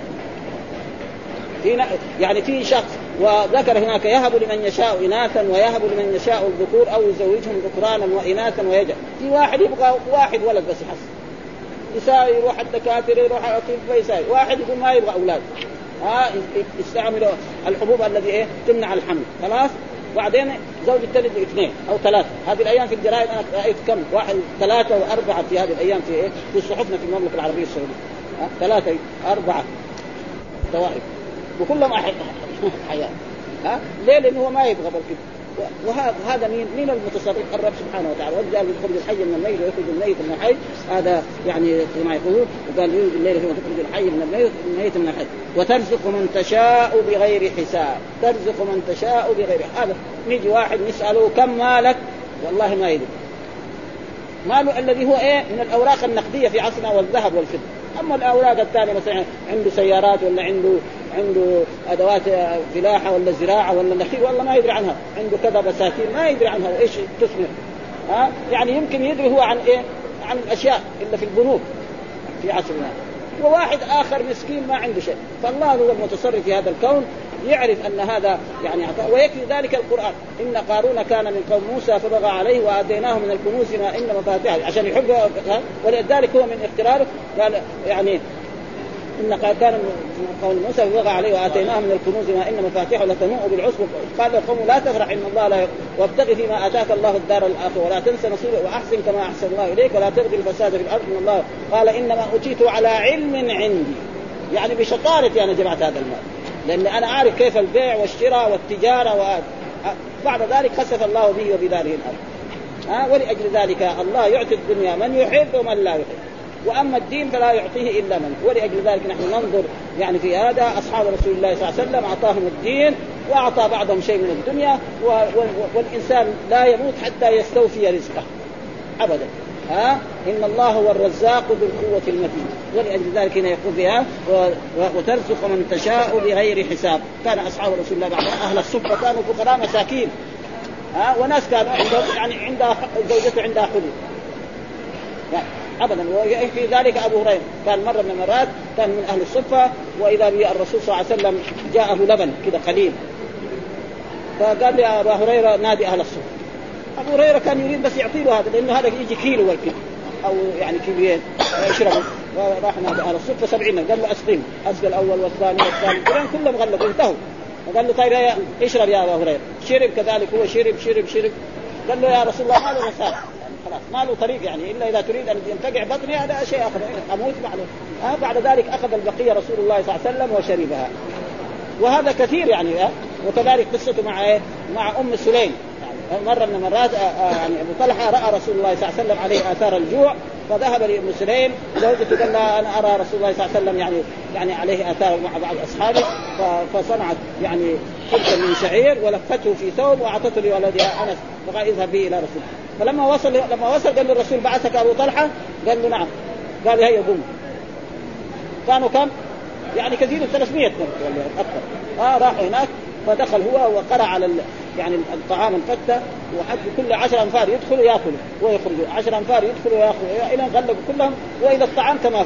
يعني في شخص وذكر هناك يهب لمن يشاء إناثا ويهب لمن يشاء الذكور أو يزوجهم ذكرانا وإناثا ويجعل. في واحد يبغى واحد ولد بس يحصل يساوي يروح الدكاترة يروح أطباء يساوي. واحد يقول ما يبغى أولاد يستعملوا الحبوب الذي إيه تمنع الحمل خلاص. بعدين زوج الثالث 2 أو 3. هذه الأيام في الجرائد أنا رأيت كم 1 3 و4 في هذه الأيام في إيه في صحفنا في المملكة العربية السعودية 3 4 توائم وكلهم حياة. ليه؟ لأنه هو ما يبغى بالكده. وهذا مين المتصرف؟ الرب سبحانه وتعالى. وقال يخرج الحي من الميت ويخرج الميت من الحي. هذا يعني كما يقولون. وقال يولد الليل فيه وتخرج الحي من الميت من الحي. وترزق من تشاء بغير حساب. ترزق من تشاء بغير هذا. نيجي واحد نسأله كم مالك والله ما يدري. ماله الذي هو إيه من الأوراق النقدية في عصرنا والذهب والفضة. أما الأوراق الثانية مثلا عنده سيارات ولا عنده أدوات فلاحة ولا زراعة ولا نخيل والله ما يدري عنها. عنده كذا بساتين ما يدري عنها وإيش تثمر. يعني يمكن يدري هو عن إيه عن الأشياء إلا في البنوك في عصرنا. وواحد آخر مسكين ما عنده شيء. فالله هو المتصرف في هذا الكون يعرف أن هذا يعني ويكفي ذلك القرآن. إن قارون كان من قوم موسى فبغى عليه وآتيناه من الكنوز ما إن مفاتيحه عشان يحب. ولذلك هو من اختياره قال يعني إن كان من قوم موسى فبغى عليه وآتيناه من الكنوز ما إن مفاتيحه لتنوء بالعصبة. قال القوم لا تفرح إن الله لا وابتغ فيما آتاك الله الدار الآخرة ولا تنسى نصيبك وأحسن كما أحسن الله إليك ولا تبغي الفساد في الأرض. من الله قال إنما أوتيته على علم عندي. يعني بشطارتي أنا جمعت هذا المال لأن أنا أعرف كيف البيع والشراء والتجارة بعد ذلك خسف الله به وبداره الأرض. ولأجل ذلك الله يعطي الدنيا من يحب ومن لا يحب، وأما الدين فلا يعطيه إلا من. ولأجل ذلك نحن ننظر يعني في هذا أصحاب رسول الله صلى الله عليه وسلم أعطاهم الدين وأعطى بعضهم شيء من الدنيا، والإنسان لا يموت حتى يستوفي رزقه أبدا. إن الله هو الرزاق ذو القوة المتين. ولأجل ذلك هنا يقول بها وترزق من تشاء بغير حساب. كان أصحاب رسول الله بعد أهل الصفة كانوا فقراء مساكين، وناس كانوا يعني عندها زوجته عندها حلول يعني أبدا. وفي ذلك أبو هريرة كان مرة من المرات كان من أهل الصفة، وإذا به الرسول صلى الله عليه وسلم جاءه لبن كده قليل، فقال يا أبو هريرة نادي أهل الصفة. أبو هريرة كان يريد بس يعطيه هذا، لأنه هذا يجي كيلو والكيلو أو يعني كيلوين يشربوا. وراح نادي أهل الصفة 70 قال له أسقين، أسقى الأول والثاني والثالث كلهم غلبوا انتهوا. وقال له طيب اشرب يا أبو هريرة. شرب كذلك هو شرب. قال له يا رسول الله ما له مسار، خلاص ما له طريق يعني إلا إذا تريد أن ينفجع بطني هذا شيء آخر أموت معه. بعد ذلك أخذ البقية رسول الله صلى الله عليه وسلم وشربها. وهذا كثير يعني. وكذلك قصته مع أم سليم يعني مرة من المرات يعني أبو طلحة رأى رسول الله صلى الله عليه وسلم عليه آثار الجوع، فذهب لأم سليم زوجته قال لها أنا أرى رسول الله صلى الله عليه وسلم يعني عليه آثار مع بعض أصحابه، فصنعت يعني خبزا من شعير ولفته في ثوب وأعطته لولدها أنس وقال اذهب به إلى رسول. فلما وصل قال له الرسول بعثك أبو طلحة؟ قال له نعم. قال هيا قوم. كانوا كم يعني كثير 300 ولا أكثر. راح هناك فدخل هو وقرأ على يعني الطعام الفتة، وحد كل 10 أنفار يدخلوا يأكلوا ويخرجوا، 10 أنفار يدخلوا ويأكلوا إلى غلبوا كلهم وإلى الطعام كما هو.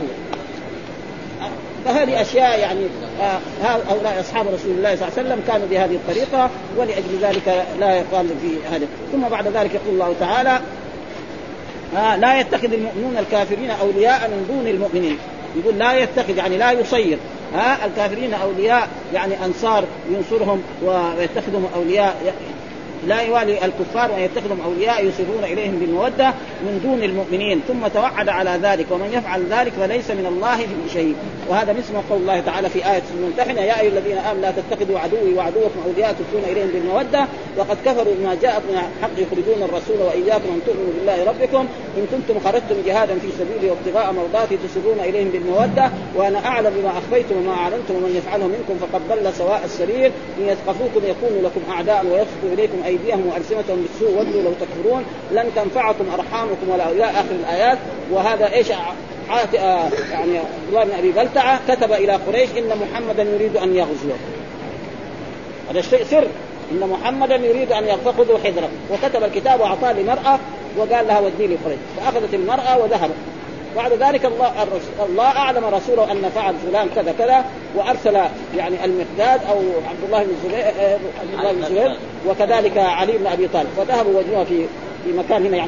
فهذه أشياء يعني هؤلاء أصحاب رسول الله صلى الله عليه وسلم كانوا بهذه الطريقة، ولأجل ذلك لا يقال في هذا. ثم بعد ذلك يقول الله تعالى لا يتخذ المؤمنون الكافرين أولياء من دون المؤمنين. يقول لا يتخذ يعني لا يصير الكافرين أولياء يعني أنصار ينصرهم ويتخذهم أولياء، لا يوالي الكفار ويتخذهم أولياء يصرون إليهم بالمودة من دون المؤمنين. ثم توعد على ذلك ومن يفعل ذلك فليس من الله في شيء. وهذا مثل قول الله تعالى في آية الممتحنة يا أيها الذين آمنوا لا تتخذوا عدوي وعدوكم أولياء تلقون إليهم بالمودة وقد كفروا بما جاءكم من الحق يخرجون الرسول وإياكم أن تؤمنوا بالله ربكم إن كنتم خرجتم جهادا في سبيلي وابتغاء مرضاتي تسرون إليهم بالمودة وأنا أعلم بما أخفيتم وما أعلنتم ومن يفعله منكم فقد ضل سواء السبيل إن يثقفوكم يكونوا لكم أعداء ويبسطوا إليكم أيديهم وألسنتهم بالسوء ودوا لو تكفرون لن تنفعكم أرحامكم ولا إلى آخر الآيات. وهذا إيش يعني الله بن أبي بلتعة كتب إلى قريش إن محمدا يريد أن يغزو. هذا الشيء سر إن محمدا يريد أن يغزو حذره، وكتب الكتاب وأعطاه لمرأة وقال لها ودي لي قريش، فأخذت المرأة وذهبت. بعد ذلك الله أعلم رسوله أن فعل فلان كذا كذا، وأرسل يعني المقداد أو عبد الله بن الزبير وكذلك علي بن أبي طالب، فذهبوا وجهوها في مكان هنا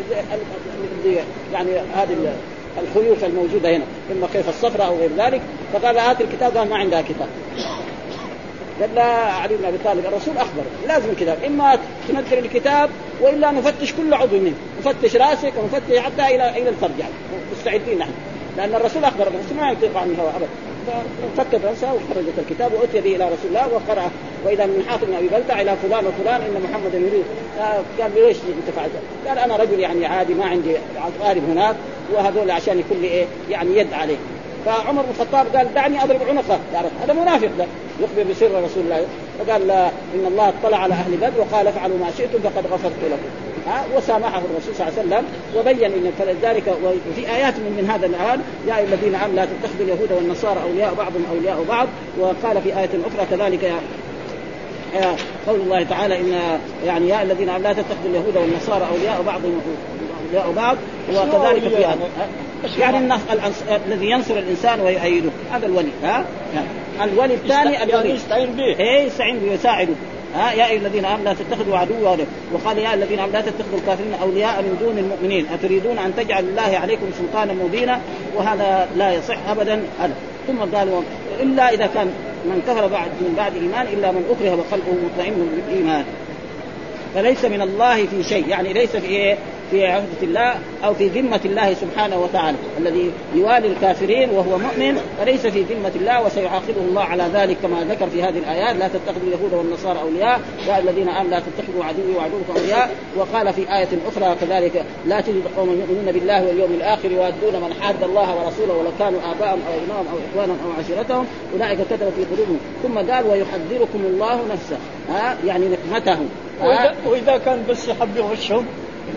يعني هذه الخيوف الموجودة هنا إما كيف الصفراء أو غير ذلك. فقال هات الكتاب، قال ما عندها كتاب. قال لا علي بن أبي طالب الرسول أخبر لازم كتاب، إما تنزل الكتاب وإلا نفتش كل عضو منه، نفتش راسك ونفتش حتى إلى الفرج يعني مستعدين نحن، لأن الرسول أخبر الرسول ما ينطق عن الهوى أبدا. ففكت رأسها وخرجت الكتاب وأتي به إلى رسول الله وقرأ وإذا من حاطب بن أبي بلتع إلى فلان وفلان إن محمدا يريد. قال ليش أنت فعلت؟ قال أنا رجل يعني عادي ما عندي أقارب هناك وهذول عشان كل يعني يد عليه. فعمر بن الخطاب قال دعني أضرب عنقه، هذا منافق ده يخبر بسر رسول الله. فقال لا إن الله اطلع على أهل بدر وقال افعلوا ما شئتم فقد غفرت لكم. وسامحه الرسول صلى الله عليه وسلم وبين إن فلذلك. وفي آيات من هذا الآن يا أيها الذين آمنوا لا تتخذوا اليهود والنصارى أولياء بعضهم أولياء بعض. وقال في آية أخرى كذلك قول الله تعالى إن يعني يا الذين آمنوا لا تتخذوا اليهود والنصارى أولياء بعضهم أولياء بعض. وكذلك في يعني الذي ينصر الإنسان ويؤيده هذا الولي. الولي الثاني الذي يستعين به يستعين به ويساعده. يا أيها الذين آمنوا لا تتخذوا عدوا. وقال يا الذين آمنوا لا تتخذوا الكافرين أولياء من دون المؤمنين أتريدون أن تجعل الله عليكم سلطانا مبينا. وهذا لا يصح أبدا. ثم قال إلا إذا كان من كفر من بعد إيمان إلا من أكره وقلبه مطمئن بالإيمان فليس من الله في شيء، يعني ليس في عهدة الله أو في ذمة الله سبحانه وتعالى. الذي يوالي الكافرين وهو مؤمن فليس في ذمة الله، وسيعاقبه الله على ذلك كما ذكر في هذه الآيات: لا تتخذوا اليهود والنصارى أولياء، يا الذين آمنوا لا تتخذوا عدوي وعدوكم أولياء. وقال في آية أخرى كذلك: لا تجد قوما يؤمنون بالله واليوم الآخر يوادون من حاد الله ورسوله ولو كانوا آباءهم أو أبناءهم أو إخوانهم أو عشيرتهم أولئك كتب في قلوبهم. ثم قال: ويحذركم الله نفسه، يعني نقمته. وإذا كان بس يحب يغشهم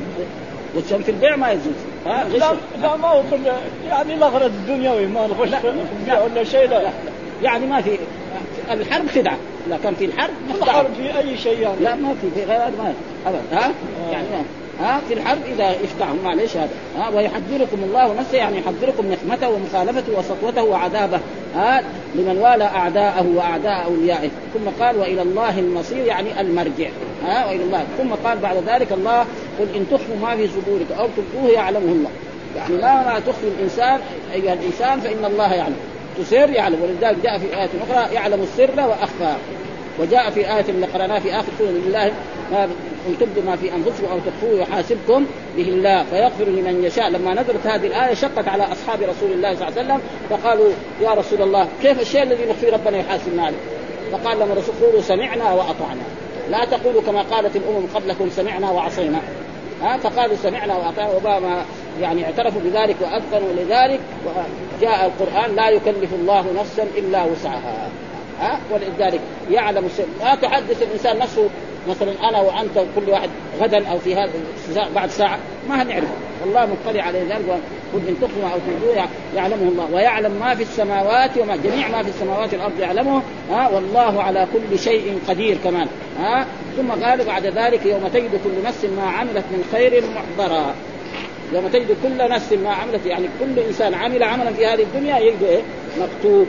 والشم في البيع ما يجوز. لا ما هو يعني الأغراض الدنيوي ما نغش ولا شيء. لا يعني ما في الحرب خدعة، لا كان في الحرب في أي شيء يعني. لا ما في غير هذا ما أبدا. يعني في الحرب إذا يفتحهم معليش هذا. ويحذركم الله نفسه، يعني يحذركم نقمته ومخالفته وسطوته وعذابه لمن والى أعداءه وأعداء أوليائه. ثم قال: وإلى الله المصير، يعني المرجع. وإلى الله. ثم قال بعد ذلك: الله قل إن تخفوا ما في صدورك أو تبدوه يعلمه الله. يعني ما تخفي الإنسان أيها الإنسان فإن الله يعلم، تسر يعلم. ولذلك جاء في آية أخرى: يعلم السر وأخفى. وجاء في آية اللي قرأناها في آخر سورة: لله إن تبدوا ما في أنفسكم أو تخفوه يحاسبكم به الله فيغفر لمن يشاء. لما نزلت هذه الآية شقت على أصحاب رسول الله صلى الله عليه وسلم، فقالوا: يا رسول الله كيف الشيء الذي نخفيه ربنا يحاسبنا عليه؟ فقال لهم الرسول: قولوا سمعنا وأطعنا، لا تقولوا كما قالت الأمم قبلكم سمعنا وعصينا. فقالوا سمعنا وأطعنا، وما يعني اعترفوا بذلك وأذقنوا لذلك. وجاء القرآن: لا يكلف الله نفسا إلا وسعها. ولذلك يعلم السر. ما تحدث الإنسان نفسه مثلا أنا وأنت وكل واحد غدا أو في هذا بعد ساعة ما هنعرف، والله مطلع على ذلك. قل إن تخفوا أو تبدوه يعلمه الله، ويعلم ما في السماوات وما جميع ما في السماوات والأرض يعلمه. والله على كل شيء قدير كمان. ثم قال بعد ذلك: يوم تجد كل نفس ما عملت من خير محضرا. يوم تجد كل نفس ما عملت، يعني كل إنسان عمل عملا في هذه الدنيا يجد مكتوب.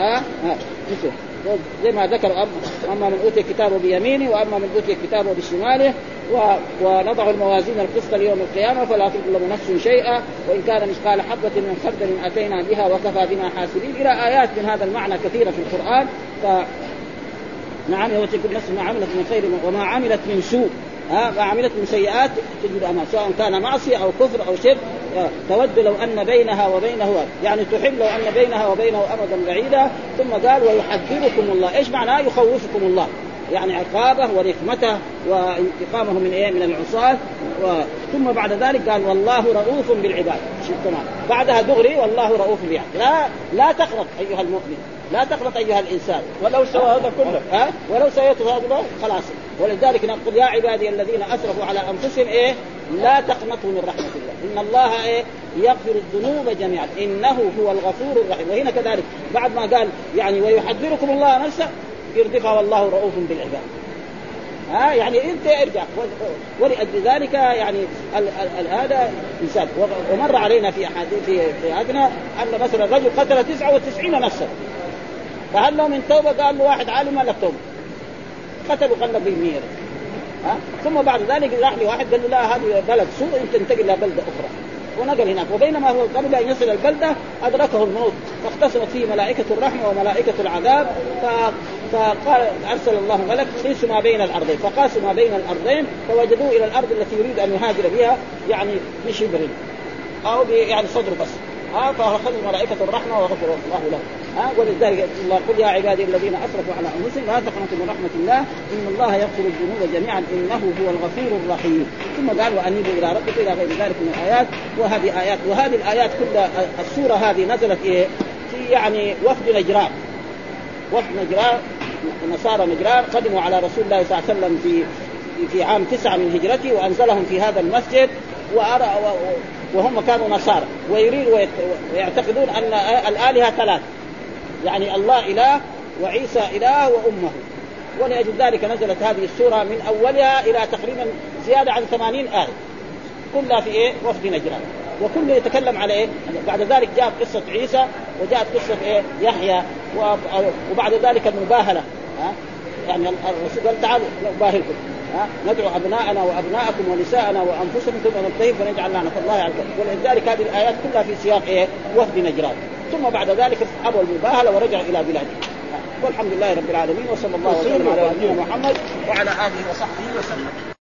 زي ما ذكر: أما من أوتي كتابه بيمينه وأما من أوتي كتابه بشماله ونضع الموازين القسط ليوم القيامة فلا تظلم نفس شيئا وإن كان مثقال حبة من خردل أتينا بها وكفى بنا حاسبين، إلى آيات من هذا المعنى كثيرة في القرآن. نعم، وتكون نفس ما عملت من خير وما عملت من سوء، ما عملت من سيئات تجد أمام، سواء كان معصية أو كفر أو شرك. تود لو أن بينها وبينه، يعني تحب لو أن بينها وبينه أمدا بعيدا. ثم قال: ويحذركم الله. إيش معناه يخوفكم الله؟ يعني عقابه ونقمته وانتقامه من العصاة. ثم بعد ذلك قال: والله رؤوف بالعباد. بعدها دغري: والله رؤوف بالعباد. لا تقنط أيها المؤمن، لا تقنط أيها الإنسان، ولو سوى هذا كله ولو سويت هذا خلاص. ولذلك نقول: يا عبادي الذين أسرفوا على أنفسهم لا تقنطوا من رحمة الله إن الله يغفر الذنوب جميعا إنه هو الغفور الرحيم. وهنا كذلك بعد ما قال يعني ويحذركم الله نفسه يردفها: والله رؤوف بالعباد. يعني انت ارجع. ولأجل ذلك يعني هذا انسان. ومر علينا في احاديث في حياتنا ان مثلا الرجل قتل 99 نفسا، فهل له من توبه؟ قال له واحد عالم لك توبه، قتل وقلب بالمير. ثم بعد ذلك راح لواحد قال له: لا هذه بلد سوء، انت تنتقل الى بلده اخرى. ونقل هناك. وبينما هو قبل ان يصل البلده ادركه الموت، فاختصمت فيه ملائكه الرحمه وملائكه العذاب. فقال: ارسل الله ملك قيسوا ما بين الارضين، فقاسوا ما بين الارضين فوجدوه الى الارض التي يريد ان يهاجر بها يعني بشبر او يعني صدر بس. فاخذوا ملائكه الرحمه وغفر الله له. ولذلك الله: قل يا عبادي الذين اسرفوا على انفسهم لا تقنطوا من رحمه الله ان الله يغفر الذنوب جميعا انه هو الغفور الرحيم. ثم قال: وانيبوا الى ربكم الى غير ذلك من الايات. وهذه الايات كلها السوره هذه نزلت في يعني وفد نجران. وفد نجران نصارى نجران قدموا على رسول الله صلى الله عليه وسلم في عام 9 من هجرته، وانزلهم في هذا المسجد. وهم كانوا نصارى ويريدوا ويعتقدون ان الالهه 3، يعني الله اله وعيسى اله وامه. ولأجل ذلك نزلت هذه السوره من اولها الى تقريبا زياده عن 80 آية كلها في وفد نجران، وكله يتكلم على بعد ذلك جاءت قصه عيسى وجاءت قصه يحيى، وبعد ذلك المباهله. يعني الرسول قال: تعالوا نباهلكم، ندعو أبناءنا وأبناءكم ونساءنا وأنفسكم ثم نبتهل فنجعل لعنة الله على الكافرين. ولذلك هذه الآيات كلها في سياق وفد نجران. ثم بعد ذلك أبوا المباهلة ورجعوا إلى بلاده. والحمد لله رب العالمين، وصلى الله وسلم على نبينا محمد وعلى آله وصحبه وسلم.